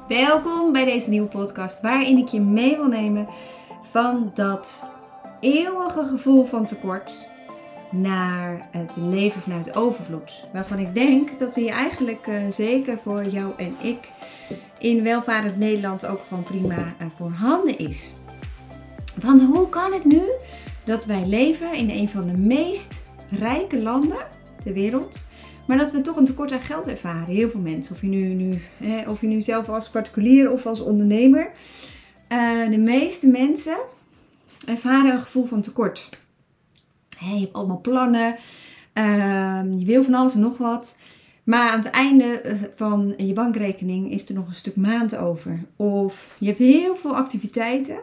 Welkom bij deze nieuwe podcast waarin ik je mee wil nemen van dat eeuwige gevoel van tekort naar het leven vanuit overvloed. Waarvan ik denk dat die eigenlijk zeker voor jou en ik in welvarend Nederland ook gewoon prima voorhanden is. Want hoe kan het nu dat wij leven in een van de meest rijke landen ter wereld, maar dat we toch een tekort aan geld ervaren? Heel veel mensen, of je nu zelf als particulier of als ondernemer. De meeste mensen ervaren een gevoel van tekort. Je hebt allemaal plannen, je wil van alles en nog wat. Maar aan het einde van je bankrekening is er nog een stuk maand over. Of je hebt heel veel activiteiten.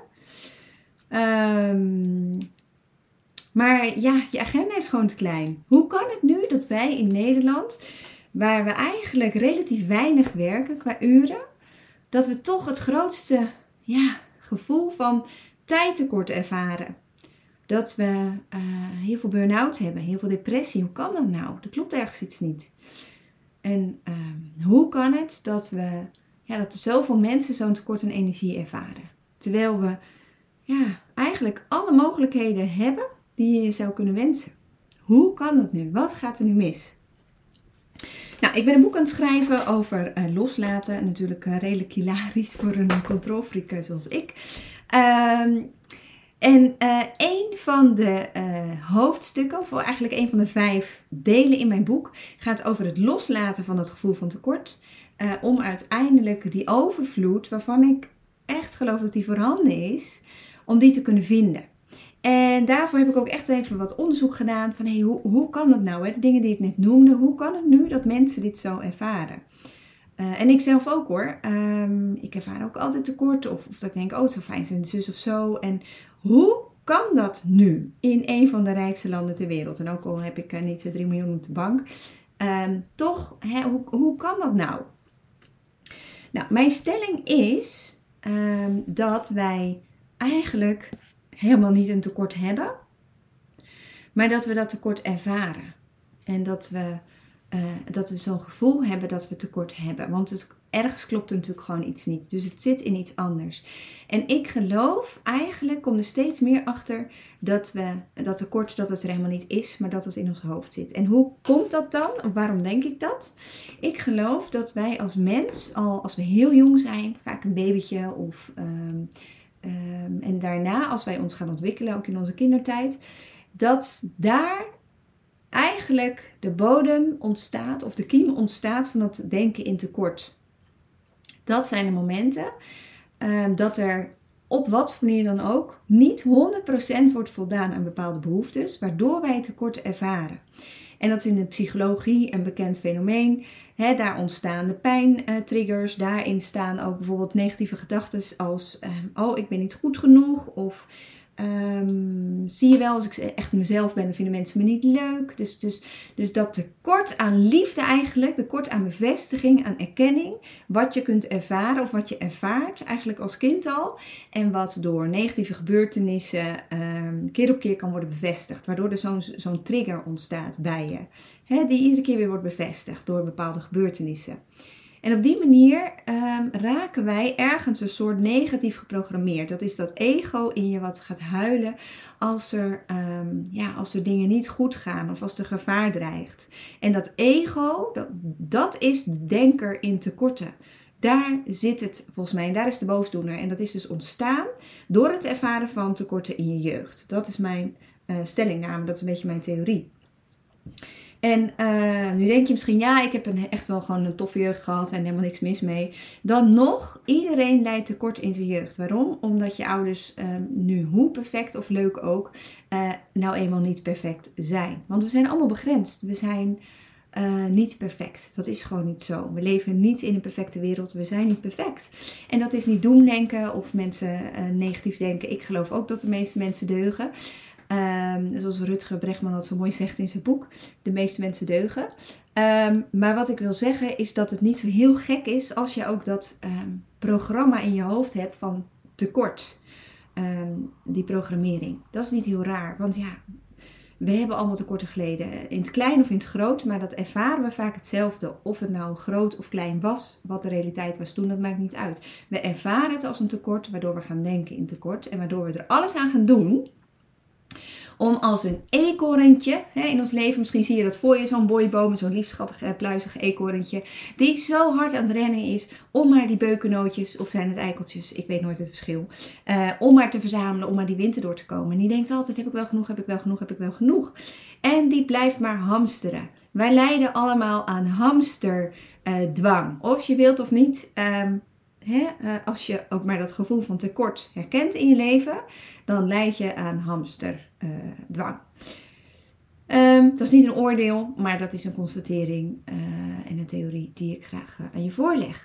Maar ja, je agenda is gewoon te klein. Hoe kan het nu dat wij in Nederland, waar we eigenlijk relatief weinig werken qua uren, dat we toch het grootste gevoel van tijdtekort ervaren? Dat we heel veel burn-out hebben, heel veel depressie. Hoe kan dat nou? Er klopt ergens iets niet. En hoe kan het dat er zoveel mensen zo'n tekort aan energie ervaren? Terwijl we eigenlijk alle mogelijkheden hebben die je zou kunnen wensen. Hoe kan dat nu? Wat gaat er nu mis? Nou, ik ben een boek aan het schrijven over loslaten. Natuurlijk redelijk hilarisch voor een controlfreak zoals ik. Een van de hoofdstukken, of eigenlijk een van de 5 delen in mijn boek, gaat over het loslaten van het gevoel van tekort. Om uiteindelijk die overvloed, waarvan ik echt geloof dat die voorhanden is, om die te kunnen vinden. En daarvoor heb ik ook echt even wat onderzoek gedaan van hoe kan dat nou? Hè? De dingen die ik net noemde, hoe kan het nu dat mensen dit zo ervaren? En ik zelf ook hoor. Ik ervaar ook altijd tekort of dat ik denk, het zou fijn zijn, zus of zo. En hoe kan dat nu in een van de rijkste landen ter wereld? En ook al heb ik niet 3 miljoen op de bank. Hoe kan dat nou? Nou, mijn stelling is dat wij eigenlijk helemaal niet een tekort hebben, maar dat we dat tekort ervaren. En dat we zo'n gevoel hebben dat we tekort hebben. Want ergens klopt er natuurlijk gewoon iets niet. Dus het zit in iets anders. En ik geloof eigenlijk, kom er steeds meer achter, dat tekort dat het er helemaal niet is, maar dat het in ons hoofd zit. En hoe komt dat dan? Of waarom denk ik dat? Ik geloof dat wij als mens, al als we heel jong zijn, vaak een babytje en daarna, als wij ons gaan ontwikkelen, ook in onze kindertijd, dat daar eigenlijk de bodem ontstaat, of de kiem ontstaat van dat denken in tekort. Dat zijn de momenten dat er op wat voor manier dan ook niet 100% wordt voldaan aan bepaalde behoeftes, waardoor wij tekort ervaren. En dat is in de psychologie een bekend fenomeen. Daar ontstaan de pijntriggers. Daarin staan ook bijvoorbeeld negatieve gedachten als ik ben niet goed genoeg. Of zie je wel, als ik echt mezelf ben, dan vinden mensen me niet leuk. Dus dat tekort aan liefde eigenlijk, tekort aan bevestiging, aan erkenning. Wat je kunt ervaren of wat je ervaart eigenlijk als kind al. En wat door negatieve gebeurtenissen keer op keer kan worden bevestigd. Waardoor er zo'n trigger ontstaat bij je. Die iedere keer weer wordt bevestigd door bepaalde gebeurtenissen. En op die manier raken wij ergens een soort negatief geprogrammeerd. Dat is dat ego in je wat gaat huilen als er dingen niet goed gaan of als er gevaar dreigt. En dat ego, dat is de denker in tekorten. Daar zit het volgens mij en daar is de boosdoener. En dat is dus ontstaan door het ervaren van tekorten in je jeugd. Dat is mijn stellingname, dat is een beetje mijn theorie. En nu denk je misschien, ik heb echt wel gewoon een toffe jeugd gehad en helemaal niks mis mee. Dan nog, iedereen lijdt tekort in zijn jeugd. Waarom? Omdat je ouders nu, hoe perfect of leuk ook, nou eenmaal niet perfect zijn. Want we zijn allemaal begrensd. We zijn niet perfect. Dat is gewoon niet zo. We leven niet in een perfecte wereld. We zijn niet perfect. En dat is niet doemdenken of mensen negatief denken. Ik geloof ook dat de meeste mensen deugen. Zoals Rutger Bregman dat zo mooi zegt in zijn boek. De meeste mensen deugen. Maar wat ik wil zeggen is dat het niet zo heel gek is als je ook dat programma in je hoofd hebt van tekort. Die programmering. Dat is niet heel raar. Want We hebben allemaal tekorten geleden, in het klein of in het groot, maar dat ervaren we vaak hetzelfde. Of het nou groot of klein was, wat de realiteit was toen, dat maakt niet uit. We ervaren het als een tekort, waardoor we gaan denken in tekort en waardoor we er alles aan gaan doen om als een eekhoorntje in ons leven, misschien zie je dat voor je, zo'n boyboom, zo'n lief schattig pluizig eekhoorntje, die zo hard aan het rennen is om maar die beukennootjes, of zijn het eikeltjes, ik weet nooit het verschil, om maar te verzamelen, om maar die winter door te komen. En die denkt altijd, heb ik wel genoeg, heb ik wel genoeg, heb ik wel genoeg. En die blijft maar hamsteren. Wij lijden allemaal aan hamsterdwang, of je wilt of niet. Als je ook maar dat gevoel van tekort herkent in je leven, dan leid je aan hamsterdwang. Dat is niet een oordeel, maar dat is een constatering en een theorie die ik graag aan je voorleg.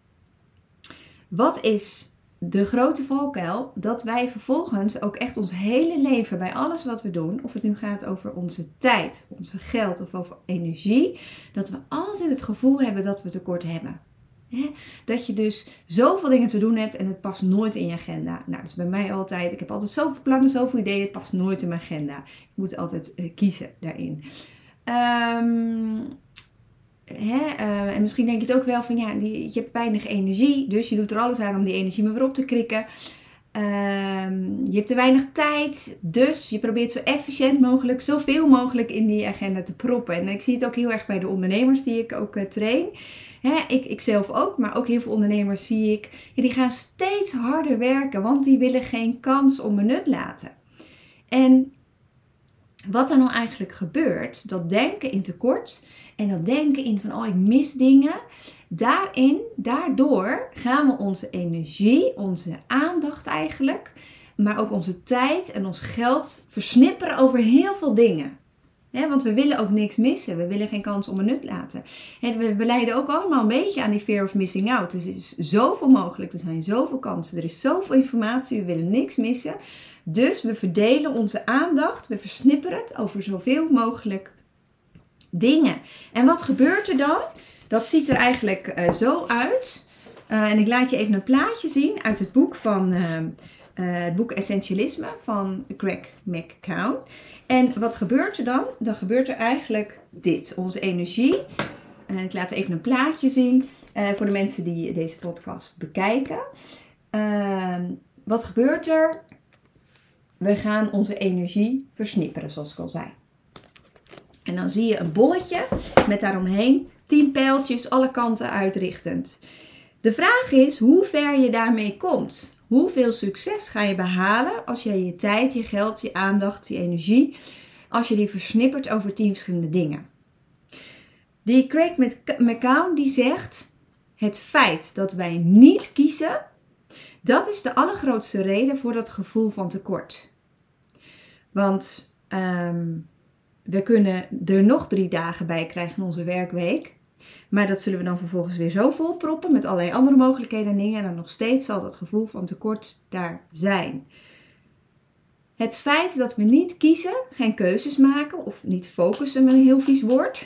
Wat is de grote valkuil? Dat wij vervolgens ook echt ons hele leven bij alles wat we doen, of het nu gaat over onze tijd, onze geld of over energie, dat we altijd het gevoel hebben dat we tekort hebben. Dat je dus zoveel dingen te doen hebt en het past nooit in je agenda. Nou, dat is bij mij altijd. Ik heb altijd zoveel plannen, zoveel ideeën. Het past nooit in mijn agenda. Ik moet altijd kiezen daarin. En misschien denk je het ook wel van je hebt weinig energie. Dus je doet er alles aan om die energie maar weer op te krikken. Je hebt te weinig tijd. Dus je probeert zo efficiënt mogelijk, zoveel mogelijk in die agenda te proppen. En ik zie het ook heel erg bij de ondernemers die ik ook train. Ik zelf ook, maar ook heel veel ondernemers zie ik, die gaan steeds harder werken, want die willen geen kans onbenut laten. En wat er nou eigenlijk gebeurt, dat denken in tekort en dat denken in van, ik mis dingen, daardoor gaan we onze energie, onze aandacht eigenlijk, maar ook onze tijd en ons geld versnipperen over heel veel dingen. Want we willen ook niks missen. We willen geen kans onbenut laten. We lijden ook allemaal een beetje aan die fear of missing out. Dus er is zoveel mogelijk. Er zijn zoveel kansen. Er is zoveel informatie. We willen niks missen. Dus we verdelen onze aandacht. We versnipperen het over zoveel mogelijk dingen. En wat gebeurt er dan? Dat ziet er eigenlijk zo uit. En ik laat je even een plaatje zien uit het boek het boek Essentialisme van Greg McKeown. En wat gebeurt er dan? Dan gebeurt er eigenlijk dit. Onze energie. Ik laat even een plaatje zien voor de mensen die deze podcast bekijken. Wat gebeurt er? We gaan onze energie versnipperen, zoals ik al zei. En dan zie je een bolletje met daaromheen 10 pijltjes alle kanten uitrichtend. De vraag is hoe ver je daarmee komt. Hoeveel succes ga je behalen als je je tijd, je geld, je aandacht, je energie, als je die versnippert over 10 verschillende dingen. Die Craig McKeown die zegt, het feit dat wij niet kiezen, dat is de allergrootste reden voor dat gevoel van tekort. Want we kunnen er nog 3 dagen bij krijgen in onze werkweek. Maar dat zullen we dan vervolgens weer zo volproppen met allerlei andere mogelijkheden en dingen. En dan nog steeds zal dat gevoel van tekort daar zijn. Het feit dat we niet kiezen, geen keuzes maken of niet focussen met een heel vies woord,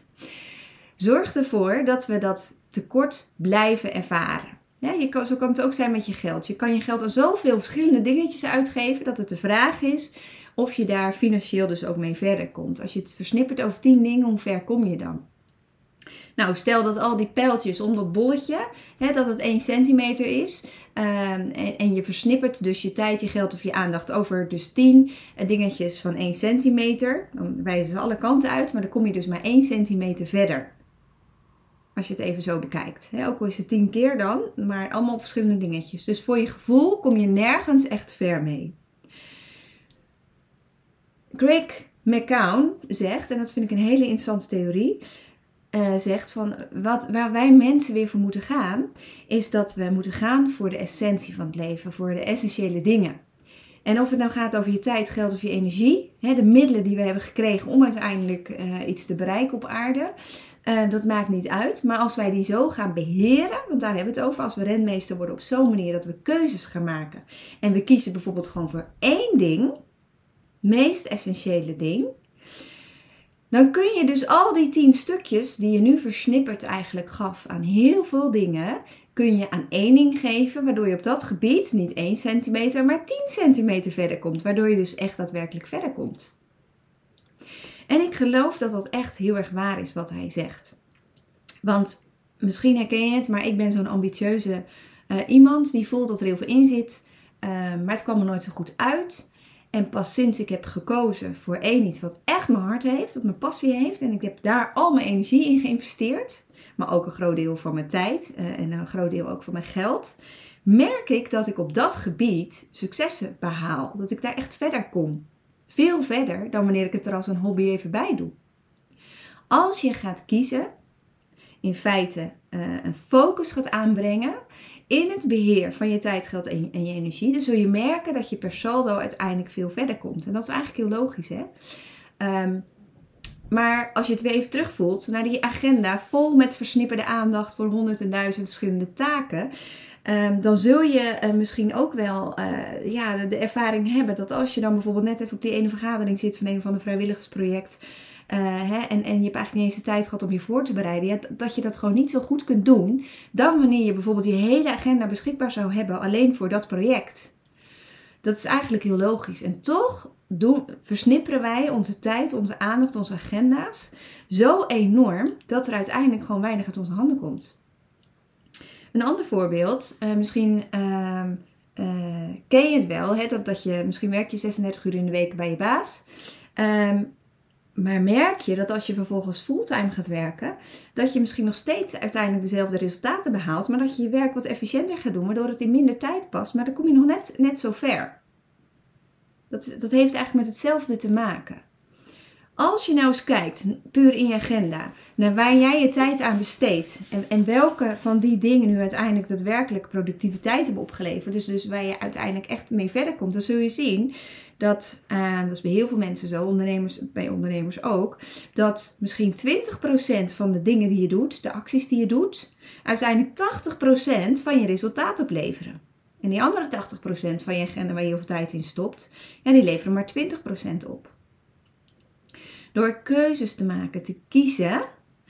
zorgt ervoor dat we dat tekort blijven ervaren. Zo kan het ook zijn met je geld. Je kan je geld aan zoveel verschillende dingetjes uitgeven dat het de vraag is of je daar financieel dus ook mee verder komt. Als je het versnippert over 10 dingen, hoe ver kom je dan? Nou, stel dat al die pijltjes om dat bolletje, dat het 1 centimeter is. En je versnippert dus je tijd, je geld of je aandacht over dus 10 dingetjes van 1 centimeter. Dan wijzen ze alle kanten uit, maar dan kom je dus maar 1 centimeter verder. Als je het even zo bekijkt. Ook al is het 10 keer dan, maar allemaal op verschillende dingetjes. Dus voor je gevoel kom je nergens echt ver mee. Greg McKeown zegt, en dat vind ik een hele interessante theorie, zegt van waar wij mensen weer voor moeten gaan, is dat we moeten gaan voor de essentie van het leven, voor de essentiële dingen. En of het nou gaat over je tijd, geld of je energie, de middelen die we hebben gekregen om uiteindelijk iets te bereiken op aarde, dat maakt niet uit. Maar als wij die zo gaan beheren, want daar hebben we het over, als we renmeester worden op zo'n manier dat we keuzes gaan maken. En we kiezen bijvoorbeeld gewoon voor 1 ding, meest essentiële ding. Dan kun je dus al die 10 stukjes die je nu versnipperd eigenlijk gaf aan heel veel dingen, kun je aan 1 ding geven, waardoor je op dat gebied niet 1 centimeter, maar 10 centimeter verder komt. Waardoor je dus echt daadwerkelijk verder komt. En ik geloof dat dat echt heel erg waar is wat hij zegt. Want misschien herken je het, maar ik ben zo'n ambitieuze iemand die voelt dat er heel veel in zit. Maar het kwam er nooit zo goed uit. En pas sinds ik heb gekozen voor iets wat echt mijn hart heeft, wat mijn passie heeft. En ik heb daar al mijn energie in geïnvesteerd. Maar ook een groot deel van mijn tijd en een groot deel ook van mijn geld. Merk ik dat ik op dat gebied successen behaal. Dat ik daar echt verder kom. Veel verder dan wanneer ik het er als een hobby even bij doe. Als je gaat kiezen, in feite een focus gaat aanbrengen in het beheer van je tijd, geld en je energie, dan zul je merken dat je per saldo uiteindelijk veel verder komt. En dat is eigenlijk heel logisch, hè? Maar als je het weer even terugvoelt naar die agenda vol met versnipperde aandacht voor 100 en 1000 verschillende taken, dan zul je misschien ook wel de ervaring hebben dat als je dan bijvoorbeeld net even op die ene vergadering zit van een of ander vrijwilligersproject, en je hebt eigenlijk niet eens de tijd gehad om je voor te bereiden, dat je dat gewoon niet zo goed kunt doen dan wanneer je bijvoorbeeld je hele agenda beschikbaar zou hebben alleen voor dat project. Dat is eigenlijk heel logisch. En toch versnipperen wij onze tijd, onze aandacht, onze agenda's zo enorm dat er uiteindelijk gewoon weinig uit onze handen komt. Een ander voorbeeld, misschien ken je het wel, hè, dat je misschien werk je 36 uur in de week bij je baas. Maar merk je dat als je vervolgens fulltime gaat werken, dat je misschien nog steeds uiteindelijk dezelfde resultaten behaalt, maar dat je je werk wat efficiënter gaat doen, waardoor het in minder tijd past, maar dan kom je nog net zo ver. Dat heeft eigenlijk met hetzelfde te maken. Als je nou eens kijkt, puur in je agenda, naar waar jij je tijd aan besteedt en welke van die dingen nu uiteindelijk daadwerkelijk productiviteit hebben opgeleverd, dus waar je uiteindelijk echt mee verder komt, dan zul je zien dat is bij heel veel mensen zo, bij ondernemers ook, dat misschien 20% van de dingen die je doet, de acties die je doet, uiteindelijk 80% van je resultaat opleveren. En die andere 80% van je agenda waar je heel veel tijd in stopt, die leveren maar 20% op. Door keuzes te maken, te kiezen,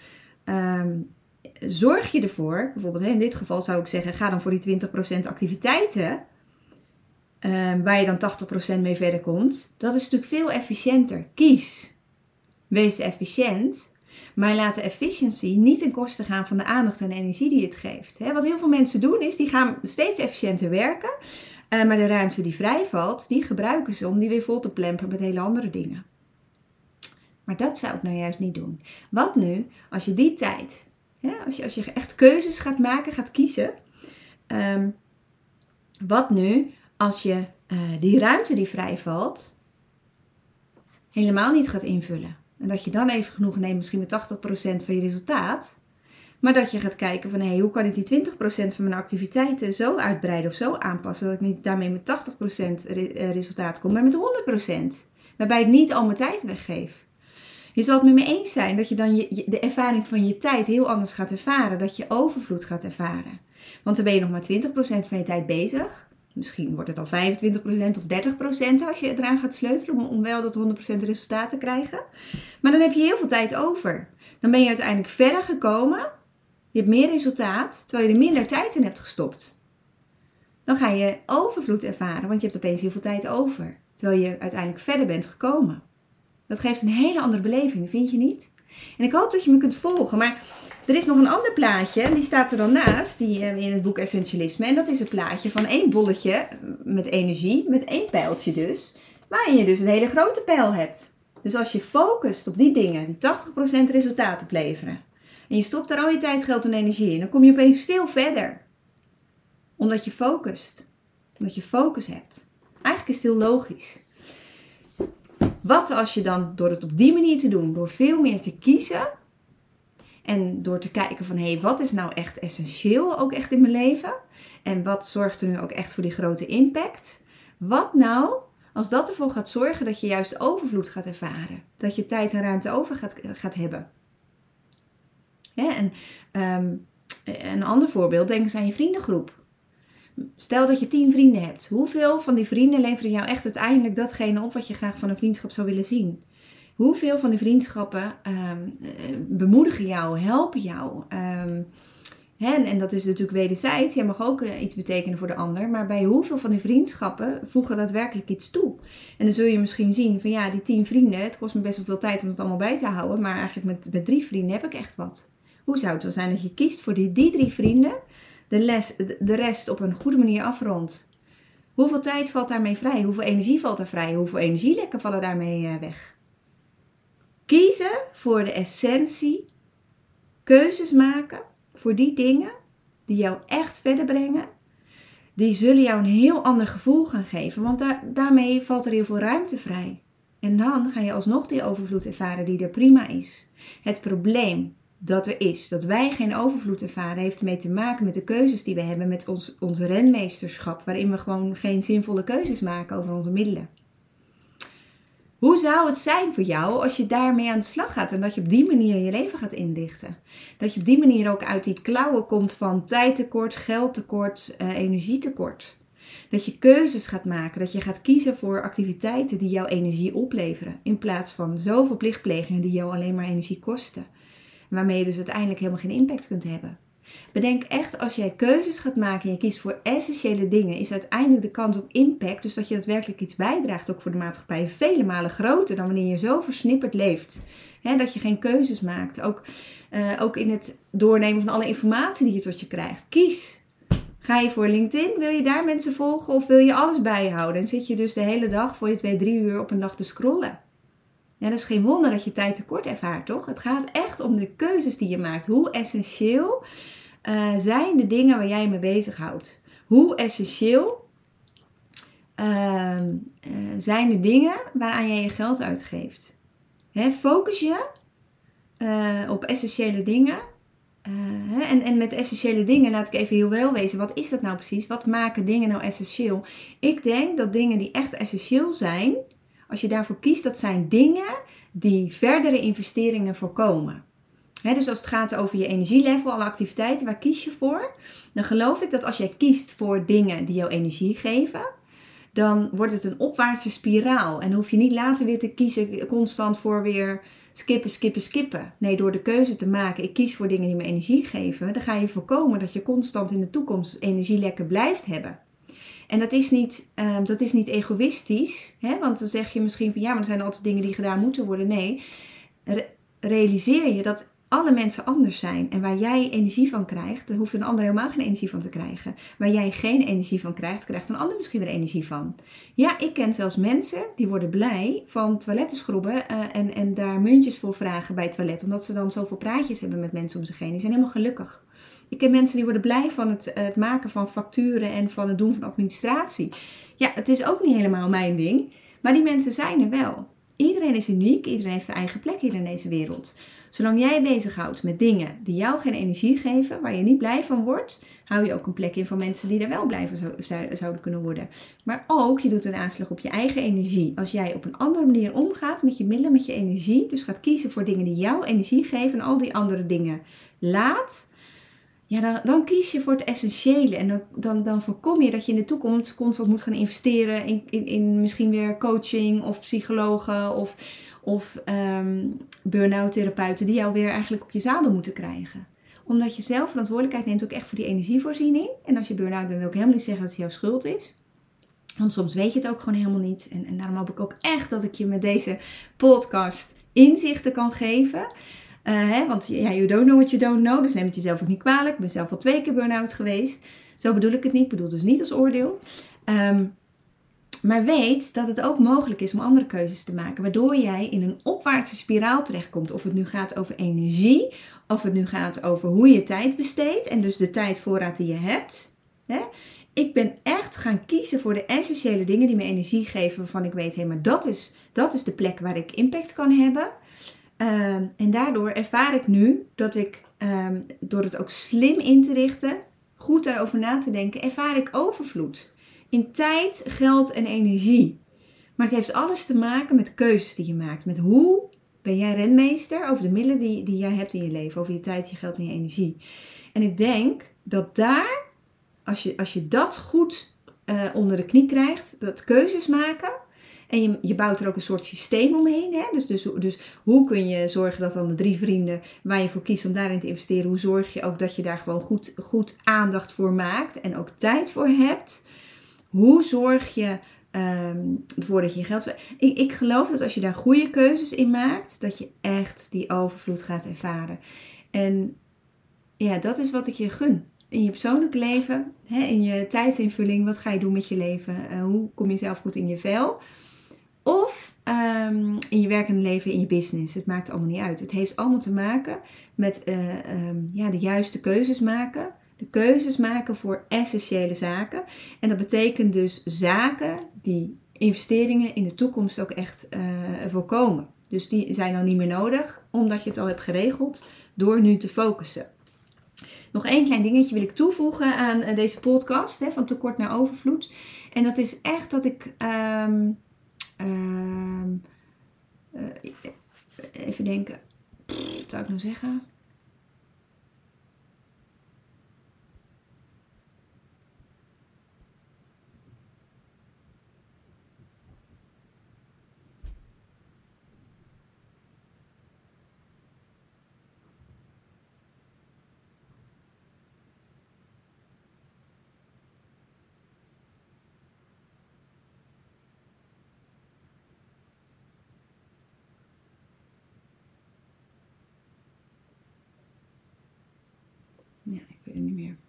zorg je ervoor, bijvoorbeeld in dit geval zou ik zeggen, ga dan voor die 20% activiteiten, waar je dan 80% mee verder komt. Dat is natuurlijk veel efficiënter. Kies. Wees efficiënt, maar laat de efficiency niet ten koste gaan van de aandacht en de energie die het geeft. Wat heel veel mensen doen is, die gaan steeds efficiënter werken, maar de ruimte die vrijvalt, die gebruiken ze om die weer vol te plemperen met hele andere dingen. Maar dat zou ik nou juist niet doen. Wat nu als je die tijd, als je echt keuzes gaat maken, gaat kiezen. Wat nu als je die ruimte die vrijvalt helemaal niet gaat invullen. En dat je dan even genoegen neemt misschien met 80% van je resultaat. Maar dat je gaat kijken van hoe kan ik die 20% van mijn activiteiten zo uitbreiden of zo aanpassen. Dat ik niet daarmee met 80% resultaat kom, maar met 100%. Waarbij ik niet al mijn tijd weggeef. Je zal het met me eens zijn dat je dan de ervaring van je tijd heel anders gaat ervaren. Dat je overvloed gaat ervaren. Want dan ben je nog maar 20% van je tijd bezig. Misschien wordt het al 25% of 30% als je eraan gaat sleutelen om wel dat 100% resultaat te krijgen. Maar dan heb je heel veel tijd over. Dan ben je uiteindelijk verder gekomen. Je hebt meer resultaat terwijl je er minder tijd in hebt gestopt. Dan ga je overvloed ervaren, want je hebt opeens heel veel tijd over. Terwijl je uiteindelijk verder bent gekomen. Dat geeft een hele andere beleving, vind je niet? En ik hoop dat je me kunt volgen. Maar er is nog een ander plaatje. En die staat er dan naast. Die in het boek Essentialisme. En dat is het plaatje van 1 bolletje met energie. Met 1 pijltje dus. Waarin je dus een hele grote pijl hebt. Dus als je focust op die dingen. Die 80% resultaat opleveren. En je stopt daar al je tijd, geld en energie in. Dan kom je opeens veel verder. Omdat je focust. Omdat je focus hebt. Eigenlijk is het heel logisch. Wat als je dan door het op die manier te doen, door veel meer te kiezen en door te kijken van wat is nou echt essentieel ook echt in mijn leven en wat zorgt er nu ook echt voor die grote impact. Wat nou als dat ervoor gaat zorgen dat je juist overvloed gaat ervaren, dat je tijd en ruimte over gaat hebben. En een ander voorbeeld, denk eens aan je vriendengroep. Stel dat je 10 vrienden hebt. Hoeveel van die vrienden leveren jou echt uiteindelijk datgene op wat je graag van een vriendschap zou willen zien? Hoeveel van die vriendschappen bemoedigen jou, helpen jou, En dat is natuurlijk wederzijds. Jij mag ook iets betekenen voor de ander. Maar bij hoeveel van die vriendschappen voegen daadwerkelijk iets toe? En dan zul je misschien zien van die 10 vrienden. Het kost me best wel veel tijd om het allemaal bij te houden. Maar eigenlijk met 3 vrienden heb ik echt wat. Hoe zou het wel zijn dat je kiest voor die 3 vrienden. De rest op een goede manier afrondt. Hoeveel tijd valt daarmee vrij? Hoeveel energie valt daar vrij? Hoeveel energielekken vallen daarmee weg? Kiezen voor de essentie. Keuzes maken voor die dingen die jou echt verder brengen. Die zullen jou een heel ander gevoel gaan geven. Want daarmee valt er heel veel ruimte vrij. En dan ga je alsnog die overvloed ervaren die er prima is. Het probleem dat er is, dat wij geen overvloed ervaren, heeft ermee te maken met de keuzes die we hebben. Met ons renmeesterschap. Waarin we gewoon geen zinvolle keuzes maken over onze middelen. Hoe zou het zijn voor jou als je daarmee aan de slag gaat en dat je op die manier je leven gaat inrichten? Dat je op die manier ook uit die klauwen komt van tijdtekort, geldtekort, energietekort. Dat je keuzes gaat maken, dat je gaat kiezen voor activiteiten die jouw energie opleveren. In plaats van zoveel plichtplegingen die jou alleen maar energie kosten. Waarmee je dus uiteindelijk helemaal geen impact kunt hebben. Bedenk echt, als jij keuzes gaat maken en je kiest voor essentiële dingen, is uiteindelijk de kans op impact, dus dat je daadwerkelijk iets bijdraagt, ook voor de maatschappij, vele malen groter dan wanneer je zo versnipperd leeft. Dat je geen keuzes maakt. Ook in het doornemen van alle informatie die je tot je krijgt. Kies. Ga je voor LinkedIn? Wil je daar mensen volgen of wil je alles bijhouden? En zit je dus de hele dag voor je 2-3 uur op een dag te scrollen? Ja, dat is geen wonder dat je tijd tekort ervaart, toch? Het gaat echt om de keuzes die je maakt. Hoe essentieel zijn de dingen waar jij je mee bezighoudt? Hoe essentieel zijn de dingen waaraan jij je geld uitgeeft? Focus je op essentiële dingen. En met essentiële dingen laat ik even heel wel wezen. Wat is dat nou precies? Wat maken dingen nou essentieel? Ik denk dat dingen die echt essentieel zijn, als je daarvoor kiest, dat zijn dingen die verdere investeringen voorkomen. Dus als het gaat over je energielevel, alle activiteiten, waar kies je voor? Dan geloof ik dat als jij kiest voor dingen die jou energie geven, dan wordt het een opwaartse spiraal. En dan hoef je niet later weer te kiezen constant voor weer skippen. Nee, door de keuze te maken, ik kies voor dingen die me energie geven, dan ga je voorkomen dat je constant in de toekomst energielekken blijft hebben. En dat is niet egoïstisch, want dan zeg je misschien van maar er zijn altijd dingen die gedaan moeten worden. Nee, realiseer je dat alle mensen anders zijn. En waar jij energie van krijgt, daar hoeft een ander helemaal geen energie van te krijgen. Waar jij geen energie van krijgt, krijgt een ander misschien weer energie van. Ja, ik ken zelfs mensen die worden blij van toiletten schrobben en daar muntjes voor vragen bij het toilet. Omdat ze dan zoveel praatjes hebben met mensen om zich heen. Die zijn helemaal gelukkig. Ik ken mensen die worden blij van het maken van facturen en van het doen van administratie. Ja, het is ook niet helemaal mijn ding. Maar die mensen zijn er wel. Iedereen is uniek. Iedereen heeft zijn eigen plek hier in deze wereld. Zolang jij bezighoudt met dingen die jou geen energie geven, waar je niet blij van wordt, hou je ook een plek in voor mensen die er wel blij van zouden kunnen worden. Maar ook, je doet een aanslag op je eigen energie. Als jij op een andere manier omgaat met je middelen, met je energie, dus gaat kiezen voor dingen die jou energie geven en al die andere dingen laat, ja, dan kies je voor het essentiële. En dan voorkom je dat je in de toekomst constant moet gaan investeren in misschien weer coaching of psychologen of burn-out therapeuten die jou weer eigenlijk op je zadel moeten krijgen. Omdat je zelf verantwoordelijkheid neemt ook echt voor die energievoorziening. En als je burn-out bent wil ik helemaal niet zeggen dat het jouw schuld is. Want soms weet je het ook gewoon helemaal niet. En daarom hoop ik ook echt dat ik je met deze podcast inzichten kan geven. Want you don't know what you don't know. Dus neem het jezelf ook niet kwalijk. Ik ben zelf al 2 keer burn-out geweest. Zo bedoel ik het niet. Ik bedoel dus niet als oordeel. Maar weet dat het ook mogelijk is om andere keuzes te maken. Waardoor jij in een opwaartse spiraal terechtkomt. Of het nu gaat over energie. Of het nu gaat over hoe je tijd besteedt. En dus de tijdvoorraad die je hebt. Ik ben echt gaan kiezen voor de essentiële dingen die me energie geven. Waarvan ik weet, maar dat is de plek waar ik impact kan hebben. En daardoor ervaar ik nu dat ik, door het ook slim in te richten, goed daarover na te denken, ervaar ik overvloed. In tijd, geld en energie. Maar het heeft alles te maken met keuzes die je maakt. Met hoe ben jij renmeester over de middelen die jij hebt in je leven. Over je tijd, je geld en je energie. En ik denk dat daar, als je dat goed onder de knie krijgt, dat keuzes maken En je bouwt er ook een soort systeem omheen. Hè? Dus hoe kun je zorgen dat dan de 3 vrienden waar je voor kiest om daarin te investeren, hoe zorg je ook dat je daar gewoon goed aandacht voor maakt en ook tijd voor hebt? Hoe zorg je ervoor dat je geld... Ik geloof dat als je daar goede keuzes in maakt, dat je echt die overvloed gaat ervaren. En ja, dat is wat ik je gun. In je persoonlijke leven, in je tijdsinvulling, wat ga je doen met je leven? Hoe kom je zelf goed in je vel? Of in je werkende leven, in je business. Het maakt allemaal niet uit. Het heeft allemaal te maken met de juiste keuzes maken. De keuzes maken voor essentiële zaken. En dat betekent dus zaken die investeringen in de toekomst ook echt voorkomen. Dus die zijn dan niet meer nodig, omdat je het al hebt geregeld door nu te focussen. Nog één klein dingetje wil ik toevoegen aan deze podcast, van tekort naar overvloed. En dat is echt dat ik... even denken. Wat zou ik nou zeggen? Ja, ik weet het niet meer.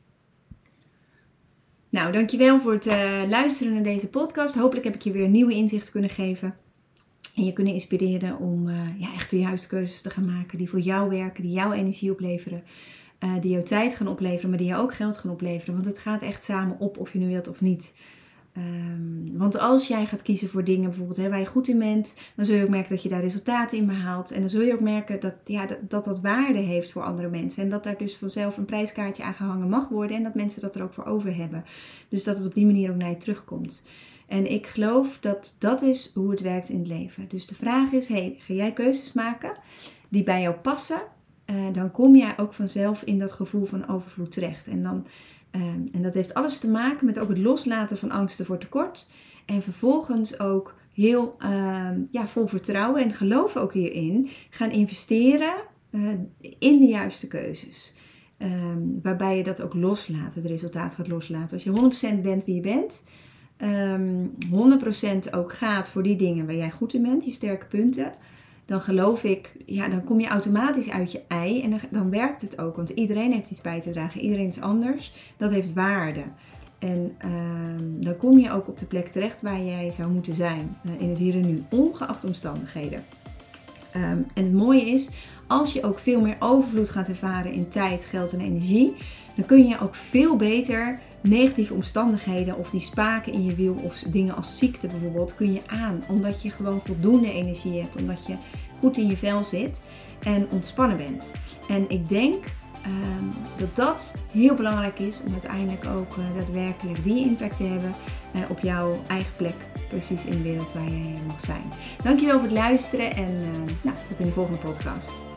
Nou, dankjewel voor het luisteren naar deze podcast. Hopelijk heb ik je weer nieuwe inzichten kunnen geven. En je kunnen inspireren om echt de juiste keuzes te gaan maken. Die voor jou werken, die jouw energie opleveren. Die jouw tijd gaan opleveren, maar die jou ook geld gaan opleveren. Want het gaat echt samen op of je nu wilt of niet. Want als jij gaat kiezen voor dingen bijvoorbeeld waar je goed in bent, dan zul je ook merken dat je daar resultaten in behaalt. En dan zul je ook merken dat waarde heeft voor andere mensen. En dat daar dus vanzelf een prijskaartje aan gehangen mag worden. En dat mensen dat er ook voor over hebben. Dus dat het op die manier ook naar je terugkomt. En ik geloof dat dat is hoe het werkt in het leven. Dus de vraag is, ga jij keuzes maken die bij jou passen? Dan kom jij ook vanzelf in dat gevoel van overvloed terecht. En dat heeft alles te maken met ook het loslaten van angsten voor tekort. En vervolgens ook heel vol vertrouwen en geloof ook hierin gaan investeren in de juiste keuzes. Waarbij je dat ook loslaat, het resultaat gaat loslaten. Als je 100% bent wie je bent, 100% ook gaat voor die dingen waar jij goed in bent, je sterke punten, dan geloof ik, dan kom je automatisch uit je ei en dan werkt het ook. Want iedereen heeft iets bij te dragen, iedereen is anders, dat heeft waarde. En dan kom je ook op de plek terecht waar jij zou moeten zijn, in het hier en nu, ongeacht omstandigheden. En het mooie is, als je ook veel meer overvloed gaat ervaren in tijd, geld en energie, dan kun je ook veel beter negatieve omstandigheden of die spaken in je wiel of dingen als ziekte bijvoorbeeld, kun je aan. Omdat je gewoon voldoende energie hebt, omdat je goed in je vel zit en ontspannen bent. En ik denk dat dat heel belangrijk is om uiteindelijk ook daadwerkelijk die impact te hebben op jouw eigen plek, precies in de wereld waar jij mag zijn. Dankjewel voor het luisteren en tot in de volgende podcast.